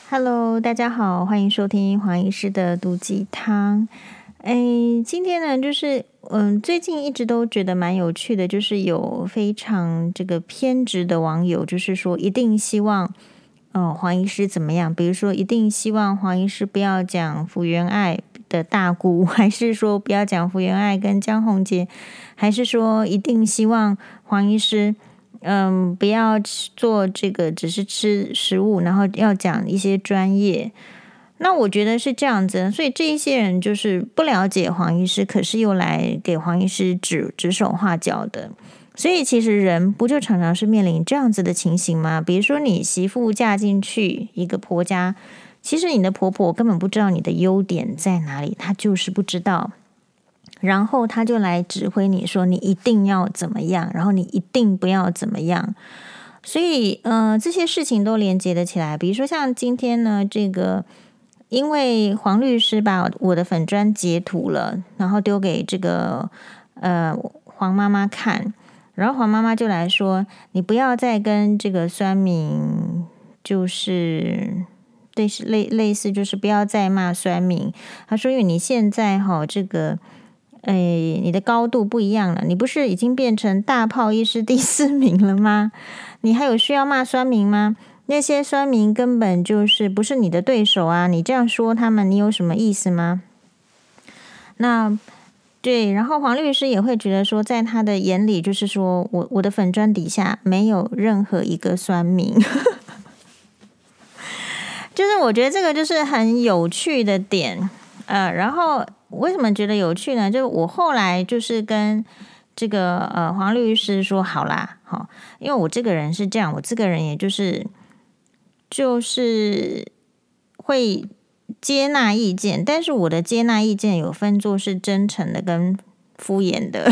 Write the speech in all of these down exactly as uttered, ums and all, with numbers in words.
Hello，大家好，欢迎收听黄医师的毒鸡汤。诶，今天呢，就是嗯，最近一直都觉得蛮有趣的，就是有非常这个偏执的网友，就是说一定希望，呃，黄医师怎么样？比如说，一定希望黄医师不要讲福原爱的大姑，还是说不要讲福原爱跟江宏杰，还是说一定希望黄医师。嗯，不要做这个，只是吃食物，然后要讲一些专业。那我觉得是这样子，所以这一些人就是不了解黄医师，可是又来给黄医师指指手画脚的。所以其实人不就常常是面临这样子的情形吗？比如说你媳妇嫁进去一个婆家，其实你的婆婆根本不知道你的优点在哪里，她就是不知道。然后他就来指挥你说你一定要怎么样，然后你一定不要怎么样。所以呃这些事情都连接的起来。比如说像今天呢，这个因为黄律师把我的粉专截图了，然后丢给这个呃黄妈妈看，然后黄妈妈就来说，你不要再跟这个酸民就是类似类类似就是不要再骂酸民。他说因为你现在哈这个哎，你的高度不一样了，你不是已经变成大炮医师第四名了吗？你还有需要骂酸民吗？那些酸民根本就是不是你的对手啊！你这样说他们，你有什么意思吗？那对，然后黄律师也会觉得说，在他的眼里，就是说我我的粉砖底下没有任何一个酸民，就是我觉得这个就是很有趣的点，呃，然后。为什么觉得有趣呢？就我后来就是跟这个呃黄律师说好啦，好，因为我这个人是这样，我这个人也就是就是会接纳意见，但是我的接纳意见有分作是真诚的跟敷衍的，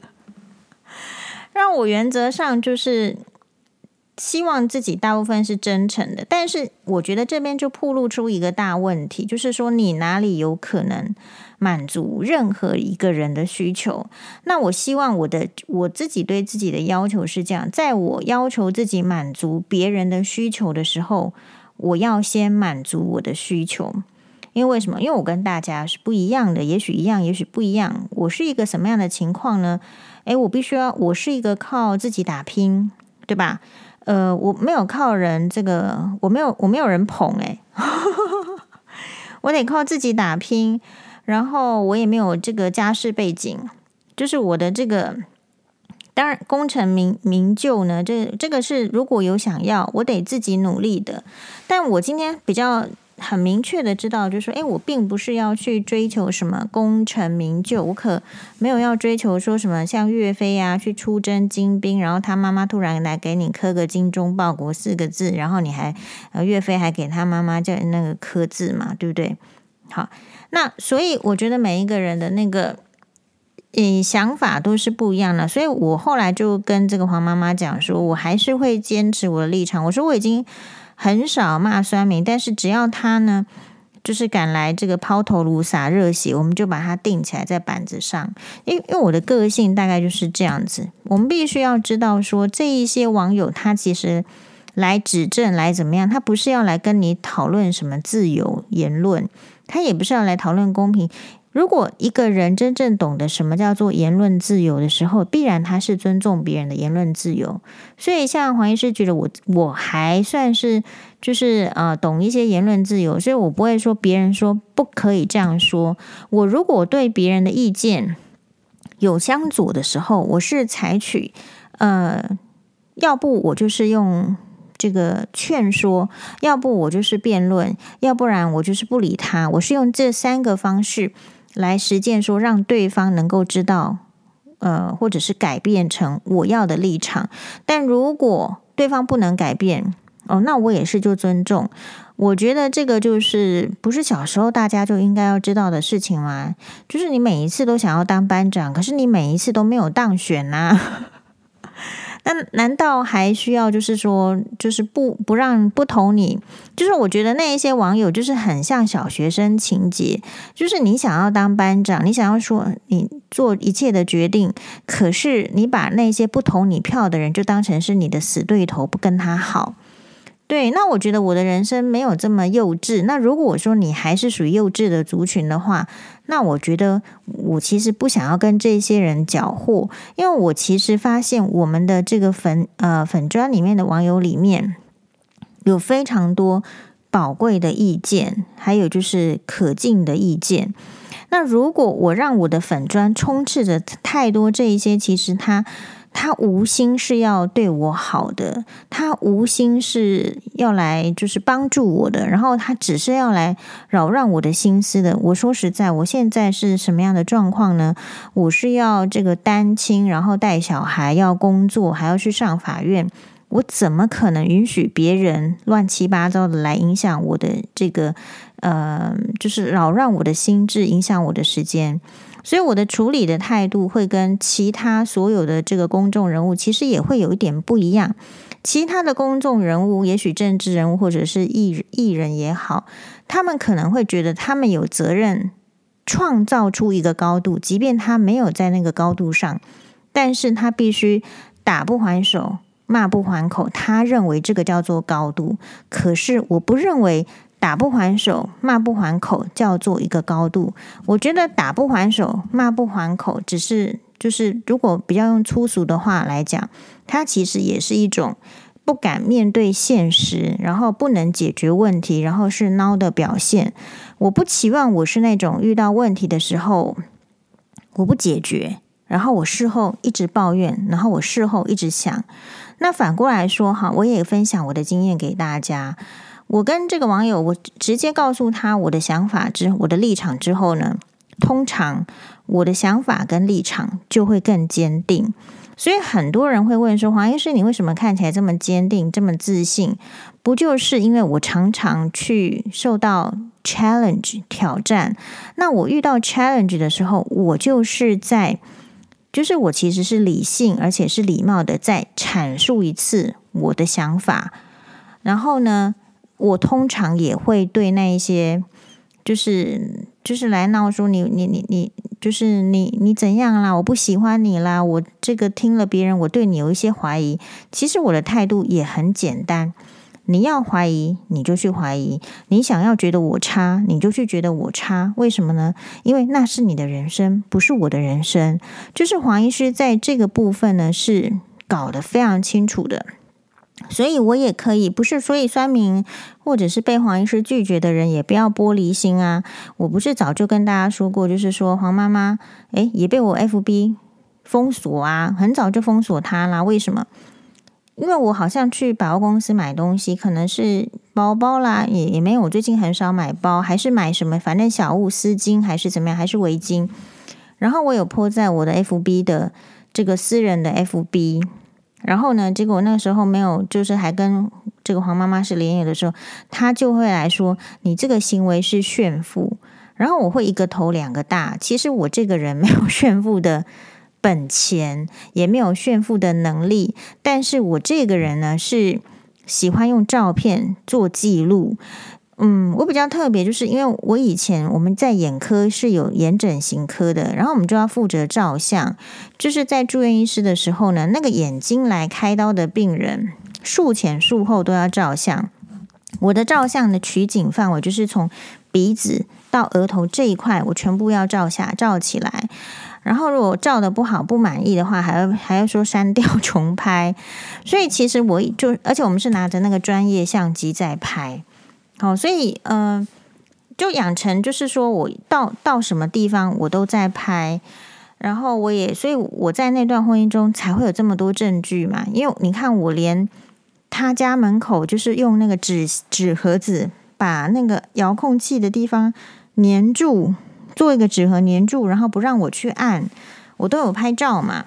让我原则上就是希望自己大部分是真诚的，但是我觉得这边就暴露出一个大问题，就是说你哪里有可能满足任何一个人的需求。那我希望我的我自己对自己的要求是这样，在我要求自己满足别人的需求的时候，我要先满足我的需求。因为为什么？因为我跟大家是不一样的，也许一样，也许不一样。我是一个什么样的情况呢？诶，我必须要，我是一个靠自己打拼，对吧？呃，我没有靠人，这个我没有，我没有人捧诶、欸、我得靠自己打拼。然后我也没有这个家世背景，就是我的这个，当然功成名名就呢，这这个是如果有想要，我得自己努力的。但我今天比较很明确的知道，就是说，哎，我并不是要去追求什么功成名就，我可没有要追求说什么像岳飞啊去出征金兵，然后他妈妈突然来给你刻个精忠报国四个字，然后你还呃岳飞还给他妈妈叫那个刻字嘛，对不对？好。那所以我觉得每一个人的那个嗯想法都是不一样的，所以我后来就跟这个黄妈妈讲说，我还是会坚持我的立场。我说我已经很少骂酸民，但是只要他呢就是敢来这个抛头颅洒热血，我们就把他钉起来在板子上。因为因为我的个性大概就是这样子，我们必须要知道说，这一些网友他其实来指正来怎么样，他不是要来跟你讨论什么自由言论，他也不是要来讨论公平。如果一个人真正懂得什么叫做言论自由的时候，必然他是尊重别人的言论自由。所以像黄医师觉得我我还算是就是呃懂一些言论自由，所以我不会说别人说不可以这样说。我如果对别人的意见有相左的时候，我是采取呃要不我就是用这个劝说，要不我就是辩论，要不然我就是不理他。我是用这三个方式来实践说，让对方能够知道呃，或者是改变成我要的立场。但如果对方不能改变哦，那我也是就尊重。我觉得这个就是不是小时候大家就应该要知道的事情吗？就是你每一次都想要当班长，可是你每一次都没有当选啊。那难道还需要就是说就是不不让不投你？就是我觉得那一些网友就是很像小学生情节，就是你想要当班长，你想要说你做一切的决定，可是你把那些不投你票的人就当成是你的死对头，不跟他好。 对，那我觉得我的人生没有这么幼稚。那如果我说你还是属于幼稚的族群的话，那我觉得我其实不想要跟这些人搅和，因为我其实发现我们的这个粉呃粉专里面的网友里面有非常多宝贵的意见，还有就是可敬的意见。那如果我让我的粉专充斥着太多这一些，其实它他无心是要对我好的，他无心是要来就是帮助我的，然后他只是要来扰乱我的心思的。我说实在，我现在是什么样的状况呢？我是要这个单亲，然后带小孩，要工作，还要去上法院，我怎么可能允许别人乱七八糟的来影响我的这个呃，就是扰乱我的心智，影响我的时间？所以我的处理的态度会跟其他所有的这个公众人物其实也会有一点不一样。其他的公众人物，也许政治人物或者是艺艺人也好，他们可能会觉得他们有责任创造出一个高度，即便他没有在那个高度上，但是他必须打不还手，骂不还口，他认为这个叫做高度。可是我不认为打不还手，骂不还口叫做一个高度。我觉得打不还手，骂不还口，只是就是如果比较用粗俗的话来讲，它其实也是一种不敢面对现实，然后不能解决问题，然后是孬的表现。我不期望我是那种遇到问题的时候我不解决，然后我事后一直抱怨，然后我事后一直想。那反过来说哈，我也分享我的经验给大家。我跟这个网友，我直接告诉他我的想法之我的立场之后呢，通常我的想法跟立场就会更坚定。所以很多人会问说，黄医师你为什么看起来这么坚定这么自信？不就是因为我常常去受到 challenge 挑战。那我遇到 challenge 的时候，我就是在就是我其实是理性而且是礼貌的在阐述一次我的想法。然后呢，我通常也会对那一些就是就是来闹说你你你你就是你你怎样啦，我不喜欢你啦，我这个听了别人我对你有一些怀疑。其实我的态度也很简单，你要怀疑你就去怀疑，你想要觉得我差你就去觉得我差。为什么呢？因为那是你的人生，不是我的人生。就是黄医师在这个部分呢是搞得非常清楚的。所以我也可以，不是所以酸民或者是被黄医师拒绝的人也不要玻璃心啊。我不是早就跟大家说过，就是说黄妈妈诶也被我 F B 封锁啊，很早就封锁她啦。为什么？因为我好像去百货公司买东西，可能是包包啦，也也没有，我最近很少买包，还是买什么反正小物丝巾还是怎么样，还是围巾。然后我有 po 在我的 F B 的这个私人的 F B，然后呢，结果那时候没有，就是还跟这个黄妈妈是连友的时候，她就会来说你这个行为是炫富。然后我会一个头两个大，其实我这个人没有炫富的本钱，也没有炫富的能力，但是我这个人呢是喜欢用照片做记录。嗯，我比较特别，就是因为我以前我们在眼科是有眼整形科的，然后我们就要负责照相。就是在住院医师的时候呢，那个眼睛来开刀的病人，术前术后都要照相。我的照相的取景范围就是从鼻子到额头这一块，我全部要照下照起来。然后如果照的不好不满意的话，还要还要说删掉重拍。所以其实我就，而且我们是拿着那个专业相机在拍。好，所以呃，就养成就是说我到到什么地方我都在拍，然后我也，所以我在那段婚姻中才会有这么多证据嘛。因为你看，我连他家门口就是用那个纸纸盒子把那个遥控器的地方粘住，做一个纸盒粘住，然后不让我去按，我都有拍照嘛。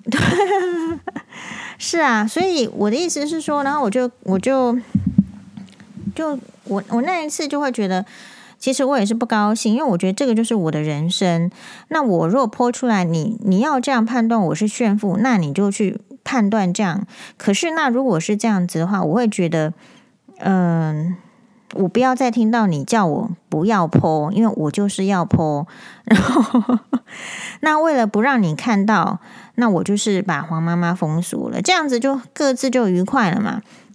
是啊，所以我的意思是说，然后我就我就就。我我那一次就会觉得，其实我也是不高兴，因为我觉得这个就是我的人生。那我如果po出来，你你要这样判断我是炫富，那你就去判断这样。可是那如果是这样子的话，我会觉得，嗯、呃，我不要再听到你叫我不要po，因为我就是要po。然后，那为了不让你看到，那我就是把黄妈妈封锁了，这样子就各自就愉快了嘛。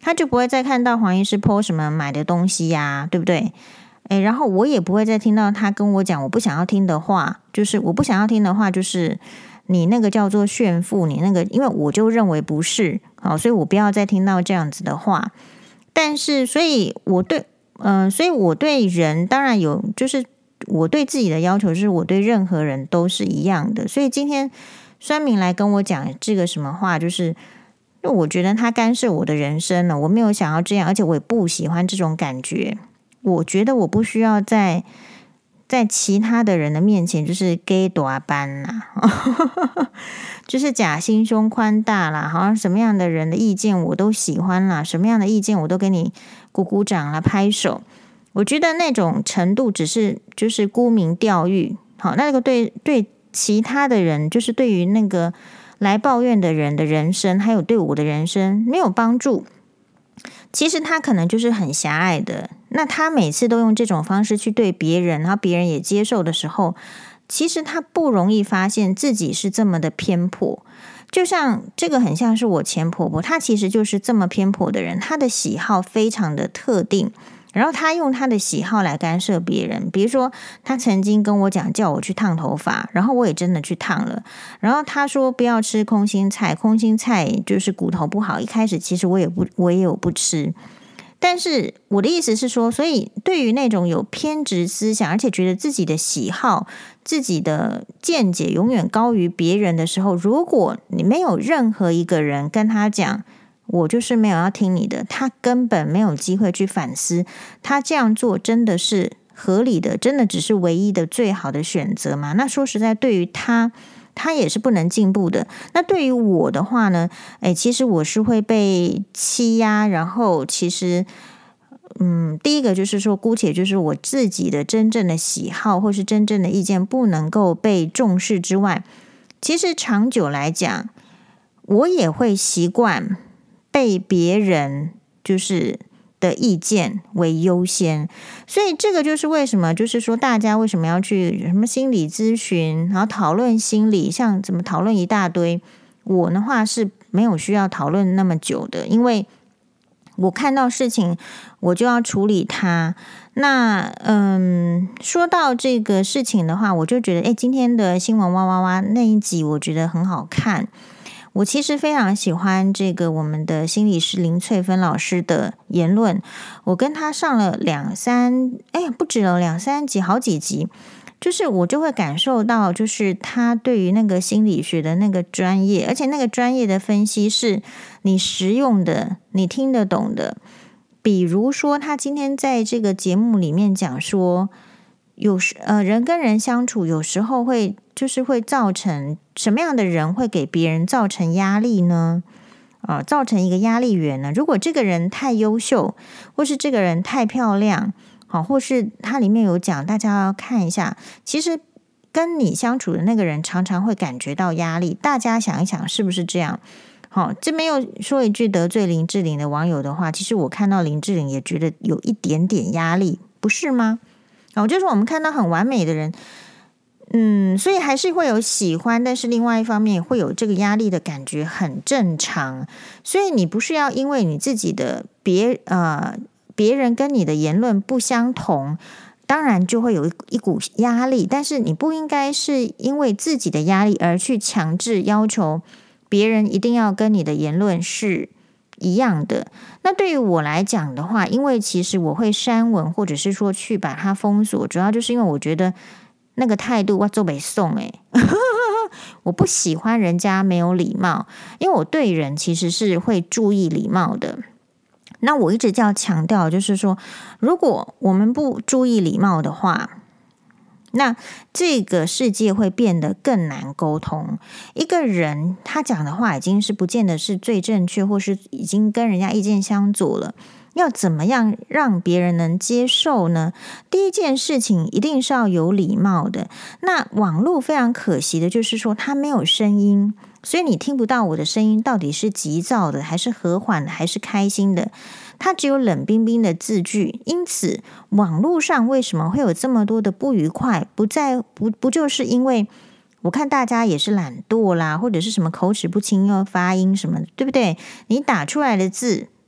他就不会再看到黄医师 po 什么买的东西呀、啊，对不对？诶，然后我也不会再听到他跟我讲我不想要听的话，就是我不想要听的话，就是你那个叫做炫富，你那个，因为我就认为不是，好，所以我不要再听到这样子的话。但是，所以我对，嗯、呃，所以我对人当然有，就是我对自己的要求是我对任何人都是一样的。所以今天酸民来跟我讲这个什么话，就是我觉得他干涉我的人生了，我没有想要这样，而且我也不喜欢这种感觉。我觉得我不需要在在其他的人的面前就是给大班啦，就是假心胸宽大啦，好像什么样的人的意见我都喜欢啦，什么样的意见我都给你鼓鼓掌啦，拍手。我觉得那种程度只是就是沽名钓誉，好，那个对对其他的人，就是对于那个来抱怨的人的人生，还有对我的人生没有帮助。其实他可能就是很狭隘的，那他每次都用这种方式去对别人，然后别人也接受的时候，其实他不容易发现自己是这么的偏颇。就像这个很像是我前婆婆，她其实就是这么偏颇的人，她的喜好非常的特定，然后她用她的喜好来干涉别人。比如说她曾经跟我讲叫我去烫头发，然后我也真的去烫了，然后她说不要吃空心菜，空心菜就是骨头不好，一开始其实我也不我也有不吃。但是我的意思是说，所以对于那种有偏执思想，而且觉得自己的喜好、自己的见解永远高于别人的时候，如果你没有任何一个人跟他讲，我就是没有要听你的，他根本没有机会去反思，他这样做真的是合理的，真的只是唯一的最好的选择吗？那说实在，对于他他也是不能进步的。那对于我的话呢，诶，其实我是会被欺压，然后其实嗯，第一个就是说，姑且就是我自己的真正的喜好或是真正的意见不能够被重视之外，其实长久来讲，我也会习惯被别人就是的意见为优先。所以这个就是为什么就是说大家为什么要去什么心理咨询，然后讨论心理，像怎么讨论一大堆，我的话是没有需要讨论那么久的，因为我看到事情我就要处理它。那嗯，说到这个事情的话，我就觉得诶，今天的新闻哇哇哇那一集我觉得很好看。我其实非常喜欢这个我们的心理师林翠芬老师的言论，我跟他上了两三，哎，不止了两三集，好几集，就是我就会感受到，就是他对于那个心理学的那个专业，而且那个专业的分析是你实用的，你听得懂的。比如说，他今天在这个节目里面讲说，有时呃人跟人相处，有时候会就是会造成什么样的人会给别人造成压力呢？呃，造成一个压力源呢？如果这个人太优秀，或是这个人太漂亮，好，或是它里面有讲，大家要看一下，其实跟你相处的那个人常常会感觉到压力。大家想一想，是不是这样？好，这边又说一句得罪林志玲的网友的话，其实我看到林志玲也觉得有一点点压力，不是吗？哦，就是我们看到很完美的人，嗯，所以还是会有喜欢，但是另外一方面会有这个压力的感觉，很正常。所以你不是要因为你自己的别呃别人跟你的言论不相同，当然就会有一股压力，但是你不应该是因为自己的压力而去强制要求别人一定要跟你的言论是一样的。那对于我来讲的话，因为其实我会删文或者是说去把它封锁，主要就是因为我觉得那个态度我做不送诶，我不喜欢人家没有礼貌，因为我对人其实是会注意礼貌的。那我一直就要强调，就是说，如果我们不注意礼貌的话，那这个世界会变得更难沟通。一个人他讲的话已经是不见得是最正确，或是已经跟人家意见相左了，要怎么样让别人能接受呢？第一件事情一定是要有礼貌的。那网络非常可惜的就是说它没有声音，所以你听不到我的声音到底是急躁的还是和缓的还是开心的，它只有冷冰冰的字句。因此网络上为什么会有这么多的不愉快，不在不不就是因为我看大家也是懒惰啦，或者是什么口齿不清又发音什么的，对不对？你打出来的字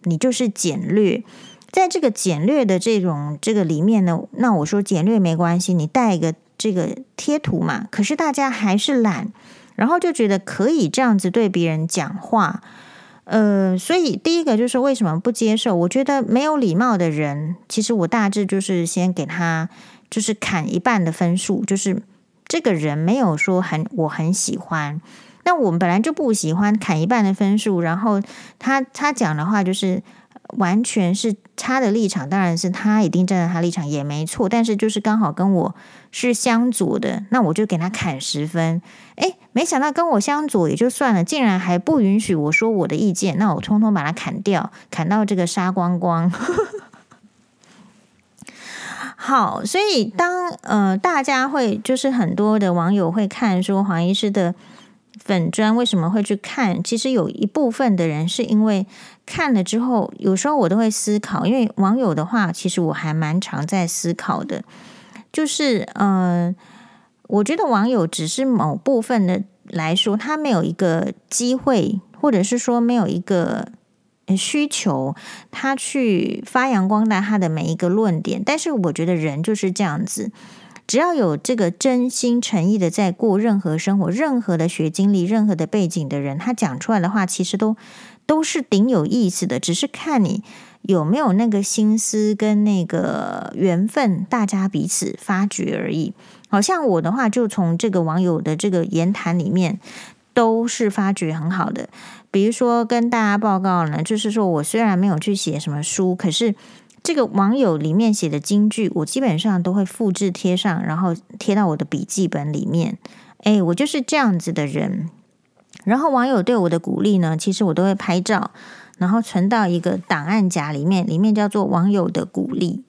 你就是简略。在这个简略的这种这个里面呢，那我说简略没关系，你带一个这个贴图嘛，可是大家还是懒，然后就觉得可以这样子对别人讲话。呃，所以第一个就是为什么不接受？我觉得没有礼貌的人，其实我大致就是先给他就是砍一半的分数，就是这个人没有说很我很喜欢，那我们本来就不喜欢，砍一半的分数，然后他他讲的话就是完全是他的立场，当然是他一定站在他立场也没错，但是就是刚好跟我是相左的，那我就给他砍十分。诶，没想到跟我相左也就算了，竟然还不允许我说我的意见，那我通通把它砍掉，砍到这个杀光光。好，所以当呃大家会就是很多的网友会看说黄医师的粉专为什么会去看，其实有一部分的人是因为看了之后，有时候我都会思考，因为网友的话其实我还蛮常在思考的，就是呃我觉得网友只是某部分的来说，他没有一个机会，或者是说没有一个需求，他去发扬光大他的每一个论点。但是我觉得人就是这样子，只要有这个真心诚意的在过任何生活，任何的学经历，任何的背景的人，他讲出来的话其实都都是顶有意思的，只是看你有没有那个心思跟那个缘分，大家彼此发掘而已。好像我的话，就从这个网友的这个言谈里面，都是发掘很好的。比如说跟大家报告呢，就是说我虽然没有去写什么书，可是这个网友里面写的金句，我基本上都会复制贴上，然后贴到我的笔记本里面。诶，我就是这样子的人。然后网友对我的鼓励呢，其实我都会拍照，然后存到一个档案夹里面，里面叫做网友的鼓励。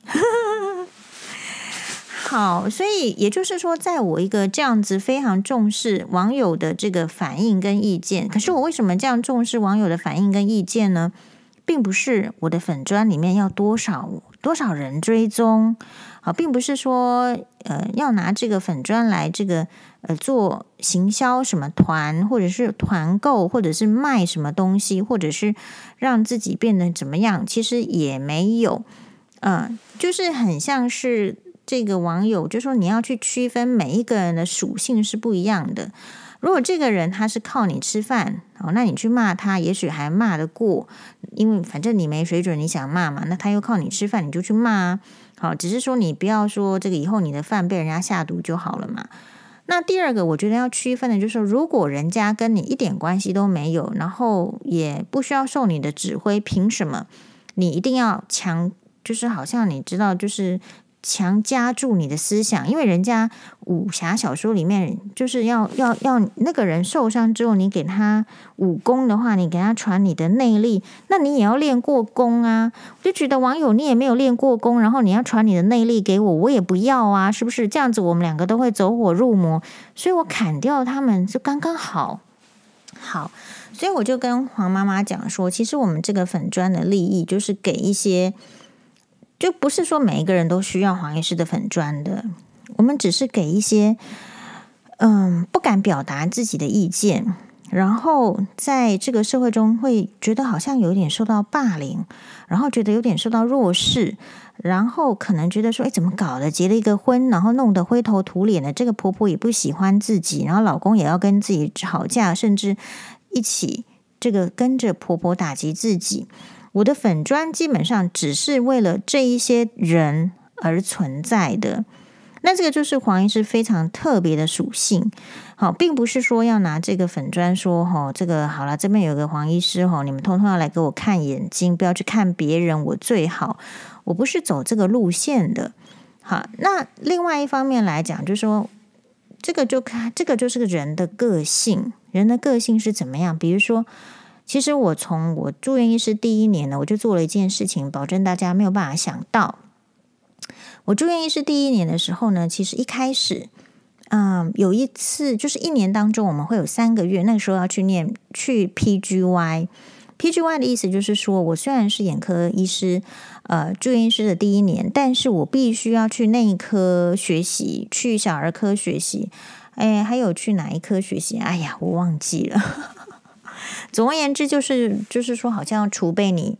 好，所以也就是说，在我一个这样子非常重视网友的这个反应跟意见，可是我为什么这样重视网友的反应跟意见呢？并不是我的粉专里面要多少多少人追踪，好，并不是说呃要拿这个粉专来这个呃做行销什么团，或者是团购，或者是卖什么东西，或者是让自己变得怎么样，其实也没有，嗯、呃，就是很像是这个网友就说你要去区分每一个人的属性是不一样的。如果这个人他是靠你吃饭，哦，那你去骂他也许还骂得过，因为反正你没水准，你想骂嘛，那他又靠你吃饭，你就去骂啊。好，只是说你不要说这个以后你的饭被人家下毒就好了嘛。那第二个我觉得要区分的就是说，如果人家跟你一点关系都没有，然后也不需要受你的指挥，凭什么你一定要强，就是好像你知道就是强加住你的思想，因为人家武侠小说里面就是要要要那个人受伤之后，你给他武功的话，你给他传你的内力，那你也要练过功啊。我就觉得网友你也没有练过功，然后你要传你的内力给我，我也不要啊，是不是？这样子我们两个都会走火入魔，所以我砍掉他们就刚刚好。好，所以我就跟黄妈妈讲说，其实我们这个粉专的利益就是给一些，就不是说每一个人都需要黄医师的粉专的，我们只是给一些嗯不敢表达自己的意见，然后在这个社会中会觉得好像有点受到霸凌，然后觉得有点受到弱势，然后可能觉得说，哎，怎么搞的？结了一个婚，然后弄得灰头土脸的，这个婆婆也不喜欢自己，然后老公也要跟自己吵架，甚至一起这个跟着婆婆打击自己。我的粉专基本上只是为了这一些人而存在的，那这个就是黄医师非常特别的属性。好，并不是说要拿这个粉专说，哦，这个好了，这边有个黄医师，哦，你们通通要来给我看眼睛，不要去看别人，我最好。我不是走这个路线的。好，那另外一方面来讲，就是说这个就看这个就是个人的个性，人的个性是怎么样？比如说，其实我从我住院医师第一年呢，我就做了一件事情，保证大家没有办法想到。我住院医师第一年的时候呢，其实一开始，嗯，有一次就是一年当中我们会有三个月，那个时候要去念去 P G Y。P G Y 的意思就是说，我虽然是眼科医师，呃，住院医师的第一年，但是我必须要去内科学习，去小儿科学习，哎，还有去哪一科学习？哎呀，我忘记了。总而言之，就是就是说，好像要储备你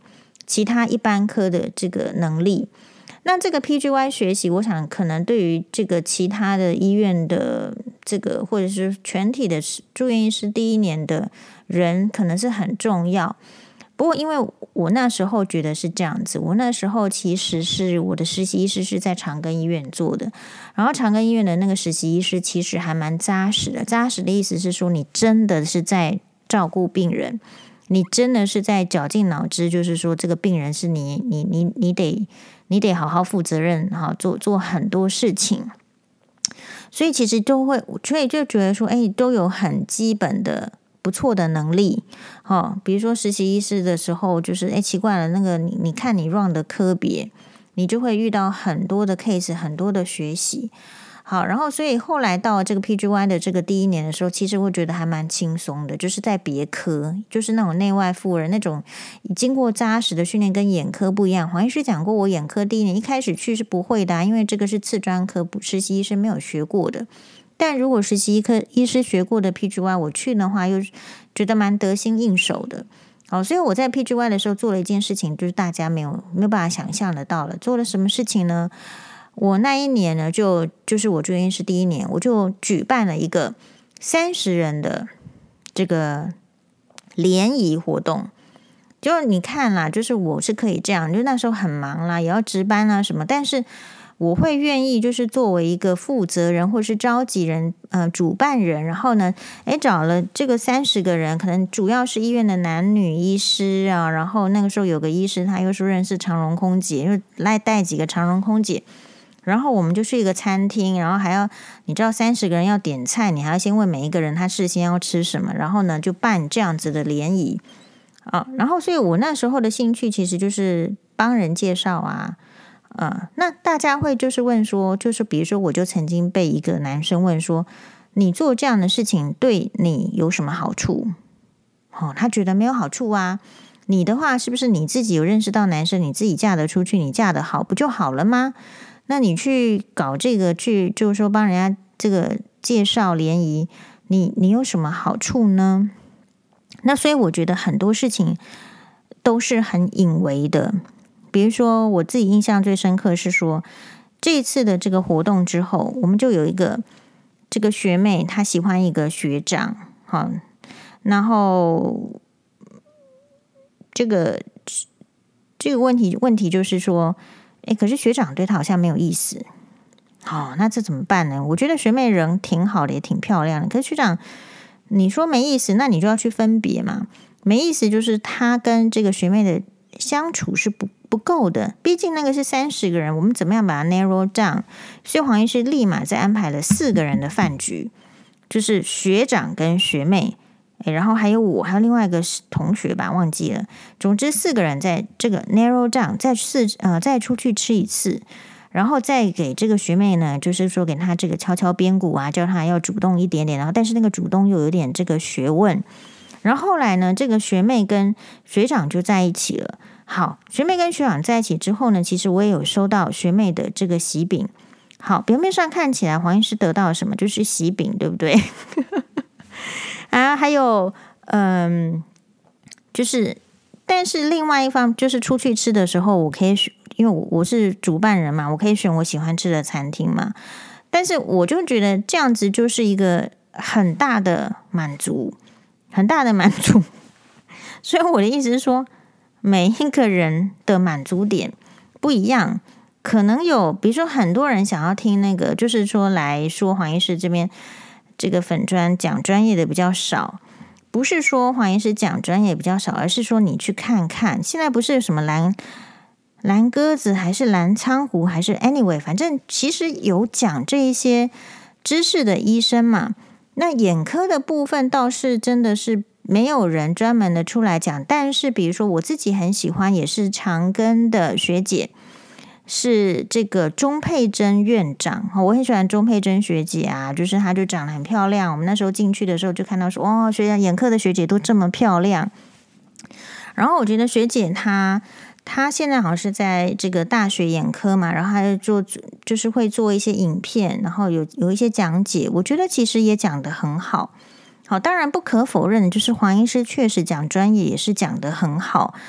其他一般科的这个能力。那这个 P G Y 学习，我想可能对于这个其他的医院的这个或者是全体的住院医师第一年的人，可能是很重要。不过因为我那时候觉得是这样子，我那时候其实是我的实习医师是在长庚医院做的，然后长庚医院的那个实习医师其实还蛮扎实的。扎实的意思是说，你真的是在照顾病人，你真的是在绞尽脑汁，就是说这个病人是你你你你得你得好好负责任，好做做很多事情。所以其实都会，所以就觉得说，哎，都有很基本的不错的能力。哦，比如说实习医师的时候，就是哎奇怪了，那个你你看你 run 的科别，你就会遇到很多的 case， 很多的学习。好，然后所以后来到这个 P G Y 的这个第一年的时候，其实我觉得还蛮轻松的，就是在别科，就是那种内外妇人那种经过扎实的训练，跟眼科不一样。黄医师讲过，我眼科第一年一开始去是不会的、啊，因为这个是次专科，实习医生没有学过的。但如果实习医科医师学过的 P G Y 我去的话，又觉得蛮得心应手的。好，所以我在 P G Y 的时候做了一件事情，就是大家没有没有办法想象得到了。做了什么事情呢？我那一年呢，就就是我住院医师第一年，我就举办了一个三十人的这个联谊活动。就你看啦，就是我是可以这样，就那时候很忙啦，也要值班啦什么，但是我会愿意就是作为一个负责人或是召集人，呃，主办人，然后呢，诶，找了这个三十个人，可能主要是医院的男女医师啊，然后那个时候有个医师，他又说认识长荣空姐，又来带几个长荣空姐。然后我们就去一个餐厅，然后还要你知道三十个人要点菜，你还要先问每一个人他事先要吃什么，然后呢就办这样子的联谊啊。然后所以我那时候的兴趣其实就是帮人介绍啊，呃，那大家会就是问说，就是比如说我就曾经被一个男生问说，你做这样的事情对你有什么好处？哦，他觉得没有好处啊。你的话是不是你自己有认识到男生，你自己嫁得出去，你嫁得好不就好了吗？那你去搞这个，去就是说帮人家这个介绍联谊，你你有什么好处呢？那所以我觉得很多事情都是很隐微的。比如说我自己印象最深刻是说，这一次的这个活动之后，我们就有一个这个学妹，她喜欢一个学长，好，然后这个这个问题问题就是说。诶，可是学长对他好像没有意思，好、哦，那这怎么办呢？我觉得学妹人挺好的，也挺漂亮的，可是学长你说没意思，那你就要去分别嘛。没意思就是他跟这个学妹的相处是不不够的，毕竟那个是三十个人，我们怎么样把它 narrow down？ 所以黄医师立马再安排了四个人的饭局，就是学长跟学妹。然后还有我，还有另外一个同学吧，忘记了。总之四个人在这个 narrow down， 再四呃再出去吃一次，然后再给这个学妹呢，就是说给她这个敲敲边鼓啊，叫她要主动一点点。然后但是那个主动又有点这个学问。然后后来呢，这个学妹跟学长就在一起了。好，学妹跟学长在一起之后呢，其实我也有收到学妹的这个喜饼。好，表面上看起来黄医师得到了什么，就是喜饼，对不对？啊，还有，嗯，就是，但是另外一方就是出去吃的时候，我可以选，因为我我是主办人嘛，我可以选我喜欢吃的餐厅嘛。但是我就觉得这样子就是一个很大的满足，很大的满足。所以我的意思是说，每一个人的满足点不一样，可能有，比如说很多人想要听那个，就是说来说黄医师这边。这个粉专讲专业的比较少，不是说黄医师讲专业比较少，而是说你去看看，现在不是有什么蓝蓝鸽子还是蓝苍狐还是 anyway， 反正其实有讲这一些知识的医生嘛。那眼科的部分倒是真的是没有人专门的出来讲，但是比如说我自己很喜欢，也是长庚的学姐。是这个钟佩珍院长，我很喜欢钟佩珍学姐啊，就是她就长得很漂亮。我们那时候进去的时候就看到说，哦，学眼科的学姐都这么漂亮。然后我觉得学姐她她现在好像是在这个大学眼科嘛，然后她就做就是会做一些影片，然后有有一些讲解，我觉得其实也讲得很好。好，当然不可否认的就是黄医师确实讲专业也是讲得很好。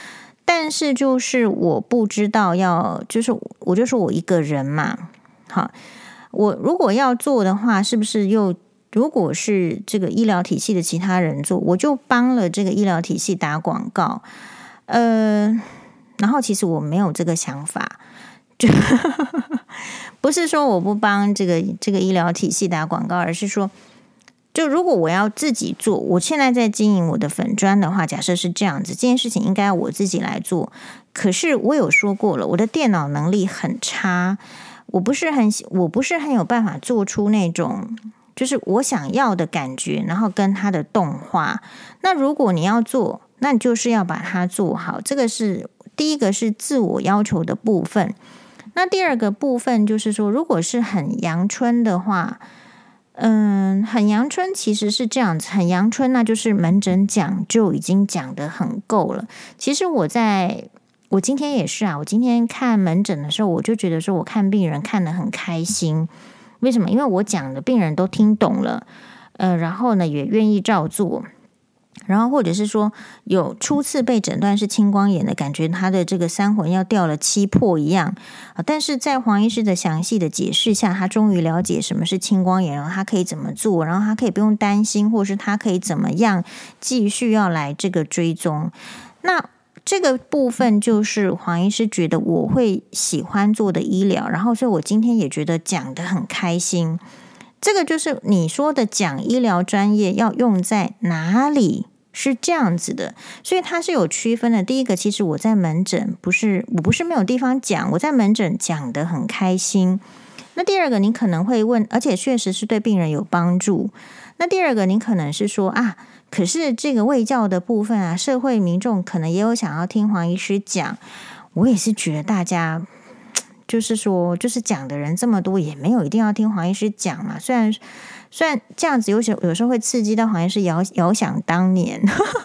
但是就是我不知道要，就是我就是我一个人嘛，好，我如果要做的话，是不是又如果是这个医疗体系的其他人做，我就帮了这个医疗体系打广告，呃，然后其实我没有这个想法，就不是说我不帮这个这个医疗体系打广告，而是说，就如果我要自己做，我现在在经营我的粉专的话，假设是这样子，这件事情应该要我自己来做。可是我有说过了，我的电脑能力很差，我不是很我不是很有办法做出那种就是我想要的感觉，然后跟它的动画。那如果你要做，那你就是要把它做好，这个是第一个是自我要求的部分。那第二个部分就是说，如果是很阳春的话，嗯，很阳春其实是这样子，很阳春那就是门诊讲就已经讲得很够了。其实我在我今天也是啊，我今天看门诊的时候，我就觉得说我看病人看得很开心。为什么？因为我讲的病人都听懂了，呃，然后呢也愿意照做。然后或者是说有初次被诊断是青光眼的感觉，他的这个三魂要掉了七魄一样，但是在黄医师的详细的解释下，他终于了解什么是青光眼，然后他可以怎么做，然后他可以不用担心，或是他可以怎么样继续要来这个追踪。那这个部分就是黄医师觉得我会喜欢做的医疗，然后所以我今天也觉得讲得很开心。这个就是你说的讲医疗专业要用在哪里，是这样子的，所以它是有区分的。第一个，其实我在门诊不是我不是没有地方讲，我在门诊讲得很开心。那第二个，你可能会问，而且确实是对病人有帮助。那第二个，你可能是说啊，可是这个卫教的部分啊，社会民众可能也有想要听黄医师讲。我也是觉得大家就是说，就是讲的人这么多，也没有一定要听黄医师讲嘛。虽然虽然这样子有时有时候会刺激到黄医师遥遥想当年，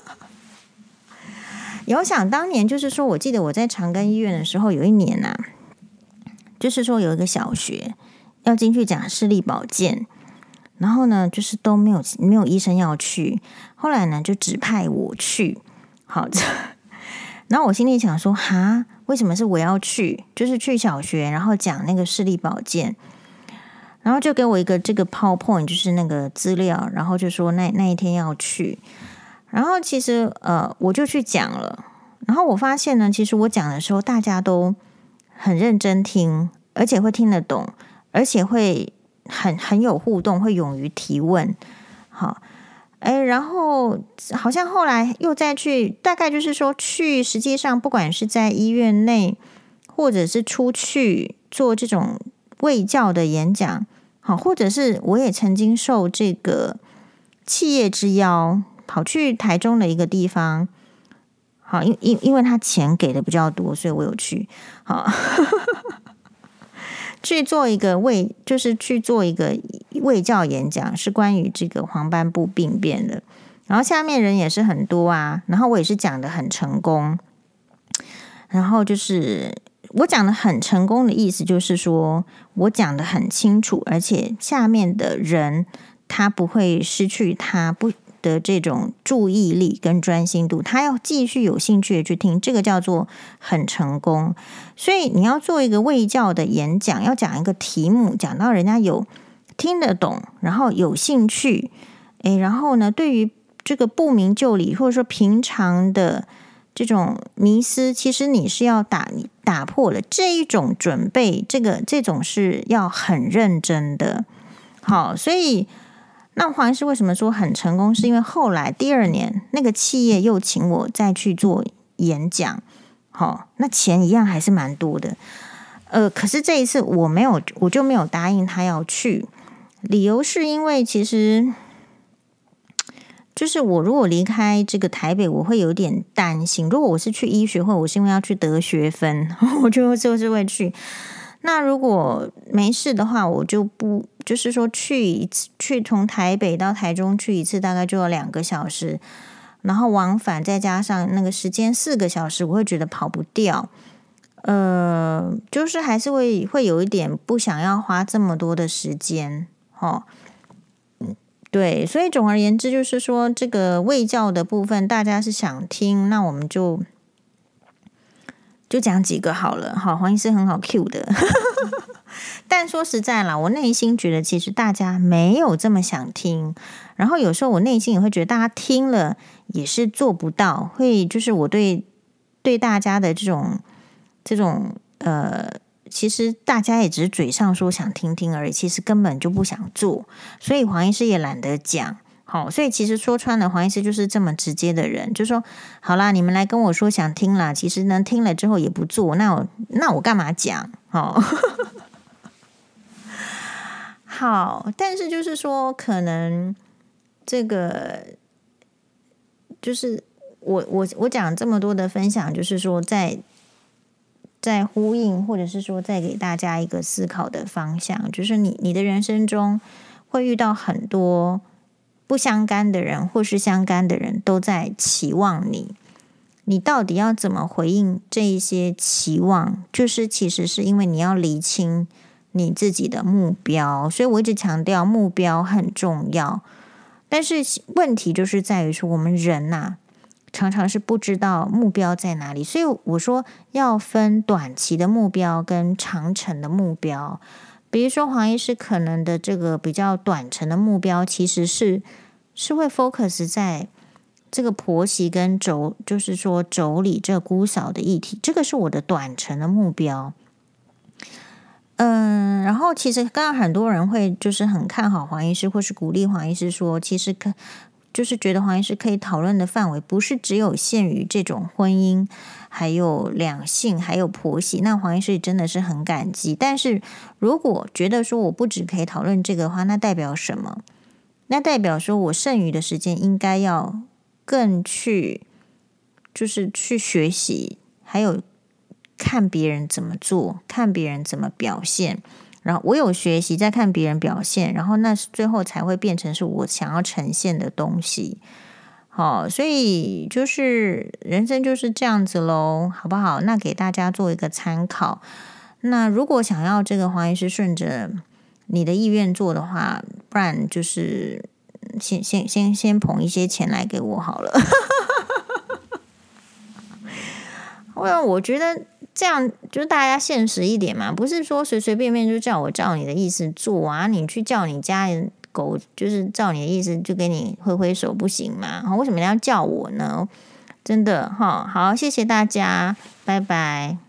遥想当年就是说，我记得我在长庚医院的时候，有一年啊，就是说有一个小学要进去讲视力保健，然后呢，就是都没有没有医生要去，后来呢就指派我去，好，然后我心里想说，哈，为什么是我要去？就是去小学，然后讲那个视力保健，然后就给我一个这个 PowerPoint， 就是那个资料，然后就说那那一天要去，然后其实呃我就去讲了，然后我发现呢，其实我讲的时候大家都很认真听，而且会听得懂，而且会很很有互动，会勇于提问，好。哎，然后好像后来又再去，大概就是说去，实际上不管是在医院内，或者是出去做这种卫教的演讲，好，或者是我也曾经受这个企业之邀，跑去台中的一个地方，好，因因因为他钱给的比较多，所以我有去，好。去做一个卫，就是去做一个卫教演讲，是关于这个黄斑部病变的。然后下面人也是很多啊，然后我也是讲的很成功。然后就是我讲的很成功的意思，就是说我讲的很清楚，而且下面的人他不会失去他不的这种注意力跟专心度，他要继续有兴趣的去听，这个叫做很成功。所以你要做一个卫教的演讲，要讲一个题目，讲到人家有听得懂，然后有兴趣，诶，然后呢，对于这个不明就里或者说平常的这种迷思，其实你是要打打破了这一种准备，这个这种是要很认真的。好，所以那黄医师为什么说很成功？是因为后来第二年那个企业又请我再去做演讲，好，那钱一样还是蛮多的。呃，可是这一次我没有，我就没有答应他要去，理由是因为其实就是我如果离开这个台北，我会有点担心。如果我是去医学会，我是因为要去得学分，我就就是会去。那如果没事的话，我就不，就是说去一次，去从台北到台中去一次，大概就要两个小时，然后往返再加上那个时间四个小时，我会觉得跑不掉。呃，就是还是会会有一点不想要花这么多的时间，哦，对，所以总而言之，就是说这个卫教的部分，大家是想听，那我们就就讲几个好了。好，黄医师很好 Q 的。但说实在啦，我内心觉得其实大家没有这么想听，然后有时候我内心也会觉得大家听了也是做不到，会就是我对对大家的这种这种呃，其实大家也只是嘴上说想听听而已，其实根本就不想做，所以黄医师也懒得讲。好，所以其实说穿了，黄医师就是这么直接的人，就说好啦，你们来跟我说想听啦，其实呢听了之后也不做，那我那我干嘛讲？好。好，但是就是说，可能这个就是我我我讲这么多的分享，就是说在在呼应，或者是说再给大家一个思考的方向，就是你你的人生中会遇到很多不相干的人，或是相干的人都在期望你，你到底要怎么回应这一些期望？就是其实是因为你要厘清你自己的目标，所以我一直强调目标很重要。但是问题就是在于说，我们人呐、啊，常常是不知道目标在哪里。所以我说要分短期的目标跟长程的目标。比如说黄医师可能的这个比较短程的目标，其实是是会 focus 在这个婆媳跟妯，就是说妯娌这姑嫂的议题，这个是我的短程的目标。嗯，然后其实刚刚很多人会就是很看好黄医师，或是鼓励黄医师说，其实可就是觉得黄医师可以讨论的范围不是只有限于这种婚姻，还有两性，还有婆媳。那黄医师真的是很感激。但是如果觉得说我不只可以讨论这个的话，那代表什么？那代表说我剩余的时间应该要更去，就是去学习，还有看别人怎么做，看别人怎么表现，然后我有学习，再看别人表现，然后那最后才会变成是我想要呈现的东西。好，所以就是人生就是这样子咯，好不好？那给大家做一个参考。那如果想要这个黄医师顺着你的意愿做的话，不然就是先先先先捧一些钱来给我好了。我觉得这样就是大家现实一点嘛，不是说随随便便就叫我照你的意思做啊，你去叫你家人狗就是照你的意思就给你挥挥手不行吗？为什么要叫我呢？真的哈，好，谢谢大家，拜拜。